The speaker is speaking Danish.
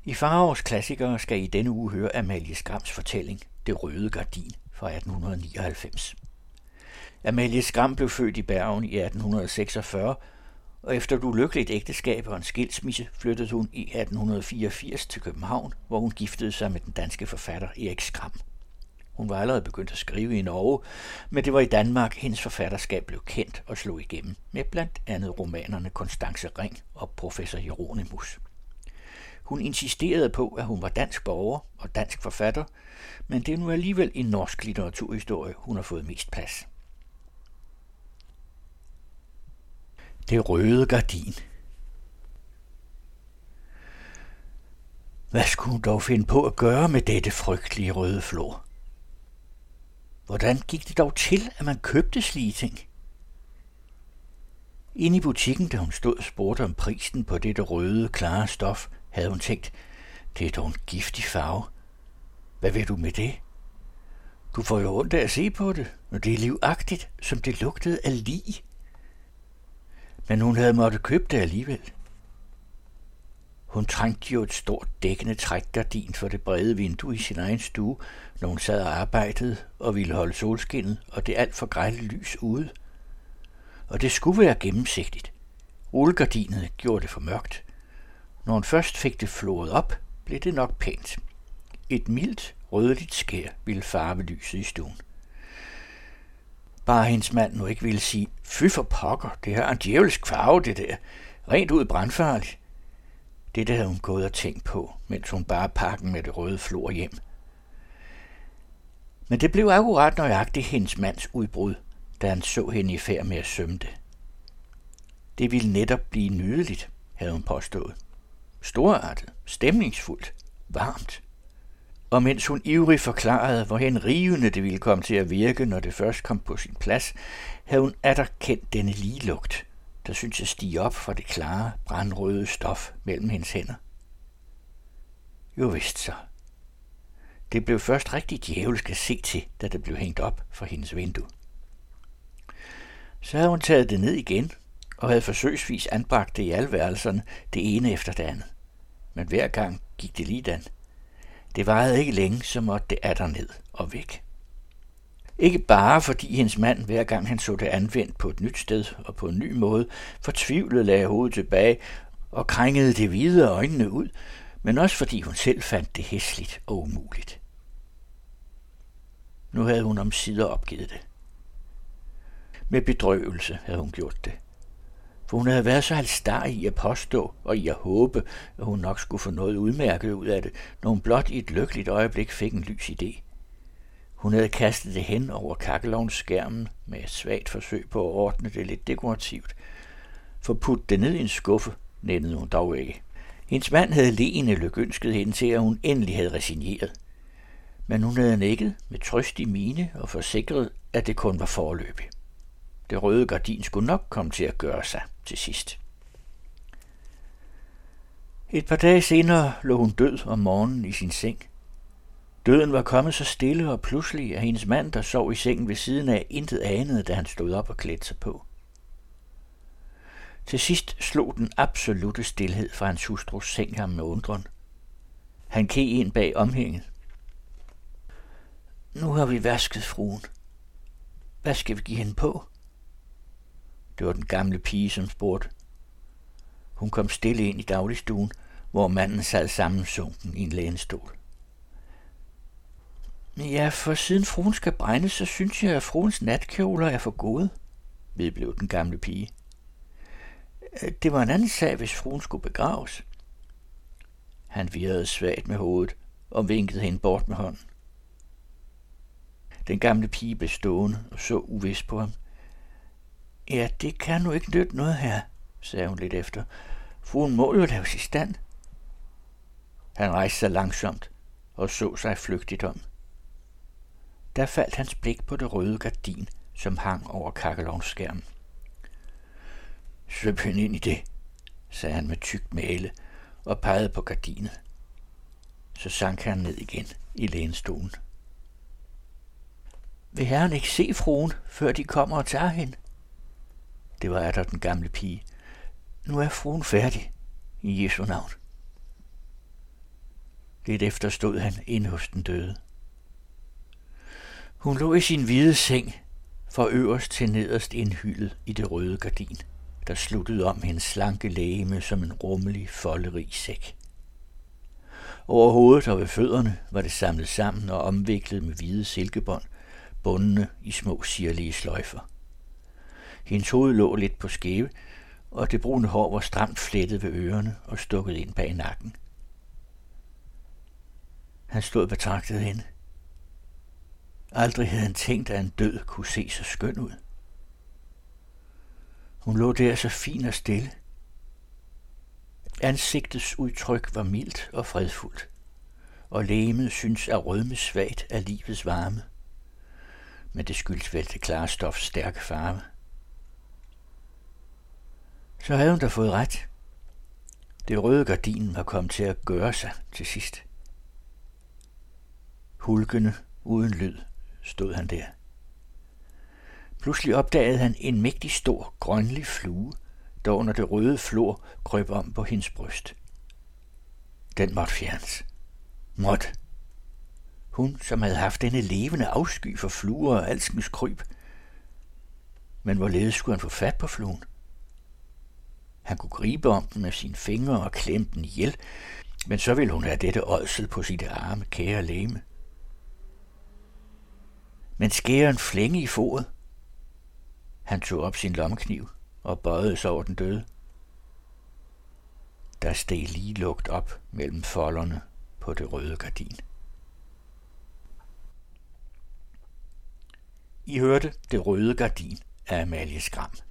I Faraos klassikere skal I denne uge høre Amalie Skrams fortælling Det røde gardin fra 1899. Amalie Skram blev født i Bergen i 1846, og efter et ulykkeligt ægteskab og en skilsmisse flyttede hun i 1884 til København, hvor hun giftede sig med den danske forfatter Erik Skram. Hun var allerede begyndt at skrive i Norge, men det var i Danmark, hendes forfatterskab blev kendt og slog igennem med blandt andet romanerne Constance Ring og Professor Hieronymus. Hun insisterede på, at hun var dansk borger og dansk forfatter, men det er nu alligevel i norsk litteraturhistorie, hun har fået mest plads. Det røde gardin. Hvad skulle hun dog finde på at gøre med dette frygtelige røde flor? Hvordan gik det dog til, at man købte slige ting? Inde i butikken, da hun stod og spurgte om prisen på dette røde, klare stof, havde hun tænkt, det er dog en giftig farve. Hvad vil du med det? Du får jo ondt af at se på det, og det er livagtigt, som det lugtede af lig. Men hun havde måttet købe det alligevel. Hun trængte jo et stort dækkende trækgardin for det brede vindue i sin egen stue, når hun sad og arbejdede og ville holde solskinnet og det alt for grelle lys ude. Og det skulle være gennemsigtigt. Rullegardinet gjorde det for mørkt. Når hun først fik det flået op, blev det nok pænt. Et mildt, rødligt skær ville farve lyset i stuen. Bare hendes mand nu ikke ville sige, fy for pokker, det har en djævelsk farve, det der. Rent ud brandfarligt. Det havde hun gået og tænkt på, mens hun bare pakken med det røde flor hjem. Men det blev akkurat nøjagtigt hendes mands udbrud, da han så hende i færd med at sømme det. Det ville netop blive nydeligt, havde hun påstået. Storartet, stemningsfuldt, varmt. Og mens hun ivrig forklarede, hvorhen rivende det ville komme til at virke, når det først kom på sin plads, havde hun atter kendt denne lige lugt, der syntes at stige op fra det klare, brandrøde stof mellem hendes hænder. Jo vist så. Det blev først rigtig djævelsk at se til, da det blev hængt op fra hendes vindue. Så havde hun taget det ned igen, og havde forsøgsvis anbragt det i alle værelserne, det ene efter det andet. Men hver gang gik det ligedan. Det varede ikke længe, så måtte det atter ned og væk. Ikke bare fordi hendes mand, hver gang han så det anvendt på et nyt sted og på en ny måde, fortvivlet lagde hovedet tilbage og krængede det hvide øjnene ud, men også fordi hun selv fandt det hæsligt og umuligt. Nu havde hun omsider opgivet det. Med bedrøvelse havde hun gjort det. For hun havde været så halvstarrig i at påstå og i at håbe, at hun nok skulle få noget udmærket ud af det, når hun blot i et lykkeligt øjeblik fik en lys idé. Hun havde kastet det hen over kakkelovnsskærmen med et svagt forsøg på at ordne det lidt dekorativt. For putte det ned i en skuffe, nændede hun dog ikke. Hendes mand havde leende lykønsket hende til, at hun endelig havde resigneret. Men hun havde nikket med trøstig mine og forsikret, at det kun var foreløbig. Det røde gardin skulle nok komme til at gøre sig til sidst. Et par dage senere lå hun død om morgenen i sin seng. Døden var kommet så stille og pludselig, at hendes mand, der sov i sengen ved siden af, intet anede, da han stod op og klædte sig på. Til sidst slog den absolute stilhed fra hans hustrus seng ham med undren. Han kig ind bag omhænget. Nu har vi vasket fruen. Hvad skal vi give hende på? Det var den gamle pige, som spurgte. Hun kom stille ind i dagligstuen, hvor manden sad sammensunken i en lænestol. Ja, for siden fruen skal brændes, så synes jeg, at fruens natkjoler er for gode, vedblev den gamle pige. Det var en anden sag, hvis fruen skulle begraves. Han virrede svagt med hovedet og vinkede hende bort med hånden. Den gamle pige blev stående og så uvidst på ham. Ja, det kan nu ikke nytte noget her, sagde hun lidt efter. Fruen må jo laves i stand. Han rejste sig langsomt og så sig flygtigt om. Der faldt hans blik på det røde gardin, som hang over kakkelovnsskærmen. Svøb hende ind i det, sagde han med tyk male og pegede på gardinet. Så sank han ned igen i lænestolen. Vil herren ikke se fruen, før de kommer og tager hende? Det var atter den gamle pige. Nu er fruen færdig, i Jesu navn. Lidt efter stod han inde hos den døde. Hun lå i sin hvide seng, fra øverst til nederst indhyllet i det røde gardin, der sluttede om hendes slanke legeme som en rummelig, folderig sæk. Over hovedet og ved fødderne var det samlet sammen og omviklet med hvide silkebånd, bundne i små sirlige sløjfer. Hendes hoved lå lidt på skæve, og det brune hår var stramt flettet ved ørerne og stukket ind bag nakken. Han stod og betragtede hende. Aldrig havde han tænkt, at en død kunne se så skøn ud. Hun lå der så fin og stille. Ansigtets udtryk var mildt og fredfuldt, og legemet syntes at rødme svagt af livets varme. Men det skyldes vel det klare stofs stærke farve. Så havde hun da fået ret. Det røde gardin var kommet til at gøre sig til sidst. Hulkende, uden lyd, stod han der. Pludselig opdagede han en mægtig stor, grønlig flue, der under det røde flor krøb om på hendes bryst. Den måtte fjernes. Måtte. Hun, som havde haft denne levende afsky for fluer og alskens kryb. Men hvorledes skulle han få fat på fluen? Han kunne gribe om den med sine fingre og klemme den ihjel, men så ville hun have dette ådsel på sit arme, kære legeme. Men skære en flænge i foret. Han tog op sin lommekniv og bøjede sig over den døde. Der steg lige lugt op mellem folderne på det røde gardin. I hørte Det røde gardin af Amalie Skram.